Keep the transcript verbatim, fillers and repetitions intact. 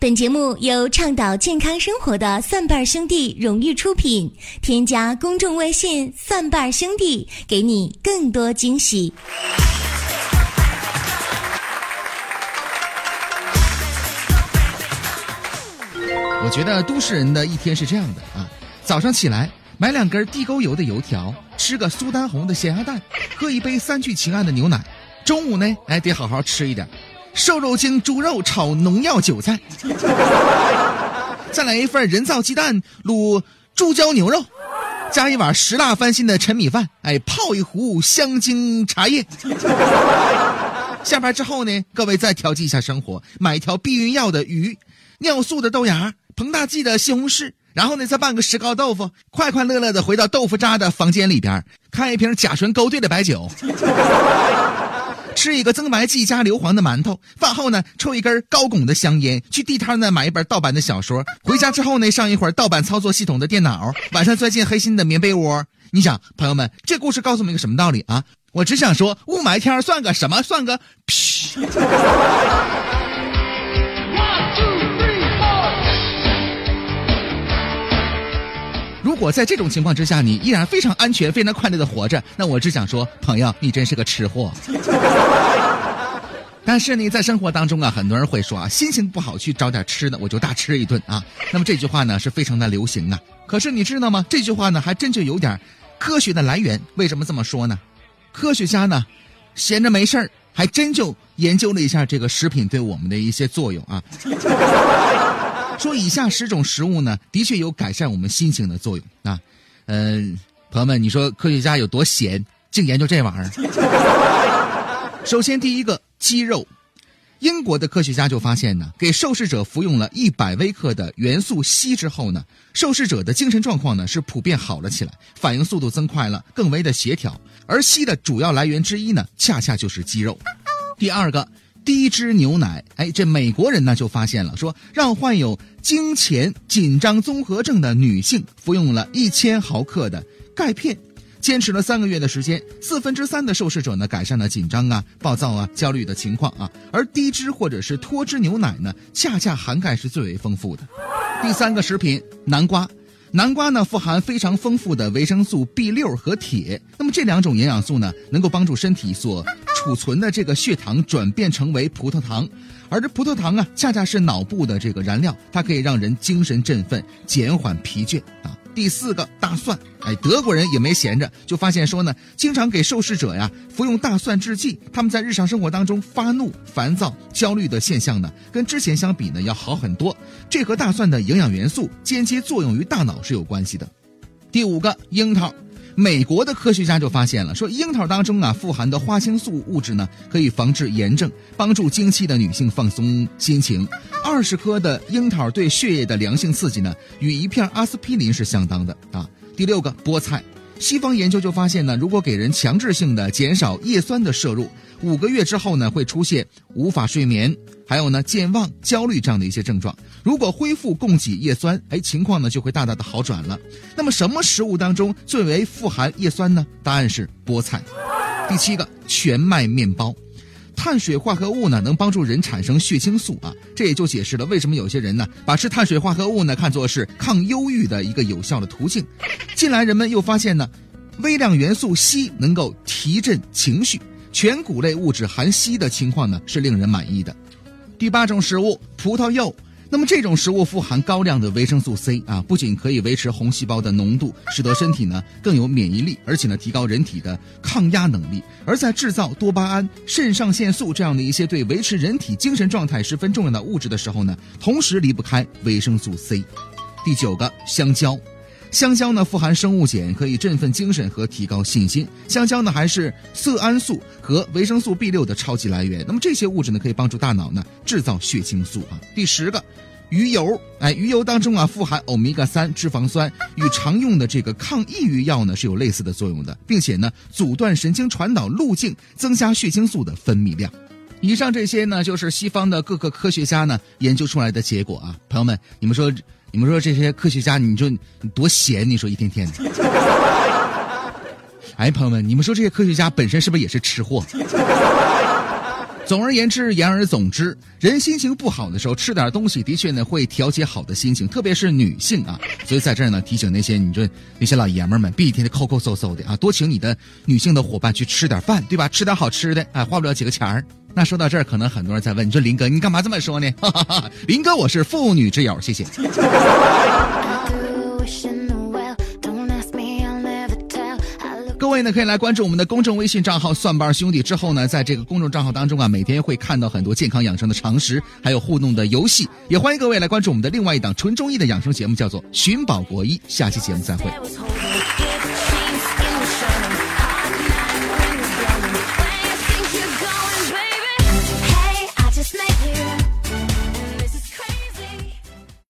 本节目由倡导健康生活的蒜瓣兄弟荣誉出品，添加公众微信蒜瓣兄弟，给你更多惊喜。 我觉得都市人的一天是这样的啊，早上起来买两根地沟油的油条，吃个苏丹红的咸鸭蛋，喝一杯三聚氰胺的牛奶。中午呢，哎，得好好吃一点，瘦肉精猪肉炒农药韭菜，再来一份人造鸡蛋卤猪脚牛肉，加一碗石辣翻新的陈米饭，哎，泡一壶香精茶叶。下班之后呢，各位再调剂一下生活，买一条避孕药的鱼，尿素的豆芽，膨大剂的西红柿，然后呢再拌个石膏豆腐，快快乐乐的回到豆腐渣的房间里边，开一瓶甲醇勾兑的白酒，吃一个增白剂加硫磺的馒头，饭后呢抽一根高汞的香烟，去地摊呢买一本盗版的小说，回家之后呢上一会儿盗版操作系统的电脑，晚上钻进黑心的棉被窝。你想朋友们，这故事告诉我们一个什么道理啊？我只想说，雾霾天算个什么，算个屁。如果在这种情况之下你依然非常安全非常快乐的活着，那我只想说，朋友，你真是个吃货。但是呢，在生活当中啊，很多人会说啊，心情不好去找点吃的，我就大吃一顿啊。那么这句话呢是非常的流行啊。可是你知道吗？这句话呢还真就有点科学的来源。为什么这么说呢？科学家呢闲着没事儿还真就研究了一下这个食品对我们的一些作用啊。说以下十种食物呢，的确有改善我们心情的作用啊。嗯、呃，朋友们，你说科学家有多闲，净研究这玩意儿？首先，第一个鸡肉，英国的科学家就发现呢，给受试者服用了一百微克的元素硒之后呢，受试者的精神状况呢是普遍好了起来，反应速度增快了，更为的协调。而硒的主要来源之一呢，恰恰就是鸡肉。第二个。低脂牛奶，哎，这美国人呢就发现了，说让患有经前紧张综合症的女性服用了一千毫克的钙片，坚持了三个月的时间，四分之三的受试者呢改善了紧张啊、暴躁啊、焦虑的情况啊。而低脂或者是脱脂牛奶呢，恰恰含钙是最为丰富的。第三个食品，南瓜。南瓜呢富含非常丰富的维生素 B 六 和铁，那么这两种营养素呢能够帮助身体所储存的这个血糖转变成为葡萄糖，而这葡萄糖啊恰恰是脑部的这个燃料，它可以让人精神振奋，减缓疲倦啊。第四个，大蒜。哎，德国人也没闲着，就发现说呢，经常给受试者呀服用大蒜制剂，他们在日常生活当中发怒、烦躁、焦虑的现象呢，跟之前相比呢要好很多。这和大蒜的营养元素间接作用于大脑是有关系的。第五个，樱桃。美国的科学家就发现了，说樱桃当中啊富含的花青素物质呢，可以防治炎症，帮助经期的女性放松心情。二十颗的樱桃对血液的良性刺激呢，与一片阿司匹林是相当的啊。第六个，菠菜。西方研究就发现呢，如果给人强制性的减少叶酸的摄入，五个月之后呢，会出现无法睡眠，还有呢健忘、焦虑这样的一些症状。如果恢复供给叶酸，哎，情况呢就会大大的好转了。那么什么食物当中最为富含叶酸呢？答案是菠菜。第七个，全麦面包。碳水化合物呢能帮助人产生血清素啊，这也就解释了为什么有些人呢把吃碳水化合物呢看作是抗忧郁的一个有效的途径。近来人们又发现呢，微量元素硒能够提振情绪，全谷类物质含硒的情况呢是令人满意的。第八种食物，葡萄柚。那么这种食物富含高量的维生素 C 啊，不仅可以维持红细胞的浓度，使得身体呢更有免疫力，而且呢提高人体的抗压能力。而在制造多巴胺、肾上腺素这样的一些对维持人体精神状态十分重要的物质的时候呢，同时离不开维生素 C。第九个，香蕉。香蕉呢富含生物碱，可以振奋精神和提高信心。香蕉呢还是色胺素和维生素 B 六 的超级来源。那么这些物质呢可以帮助大脑呢制造血清素啊。第十个，鱼油。哎，鱼油当中啊富含欧米伽三脂肪酸，与常用的这个抗抑郁药呢是有类似的作用的，并且呢阻断神经传导路径，增加血清素的分泌量。以上这些呢就是西方的各个科学家呢研究出来的结果啊。朋友们，你们说你们说这些科学家，你说你多闲，你说一天天的。哎，朋友们，你们说这些科学家本身是不是也是吃货？ 总而言之，言而总之，人心情不好的时候吃点东西的确呢会调节好的心情，特别是女性啊。所以在这儿呢提醒那些你这那些老爷们们，别一天天抠抠搜搜的啊，多请你的女性的伙伴去吃点饭，对吧？吃点好吃的，哎，花不了几个钱儿。那说到这儿，可能很多人在问，你说林哥，你干嘛这么说呢？哈哈哈，林哥，我是妇女之友，谢谢。各位呢可以来关注我们的公众微信账号蒜瓣兄弟，之后呢在这个公众账号当中啊，每天会看到很多健康养生的常识，还有互动的游戏，也欢迎各位来关注我们的另外一档纯中医的养生节目，叫做寻宝国医。下期节目再会。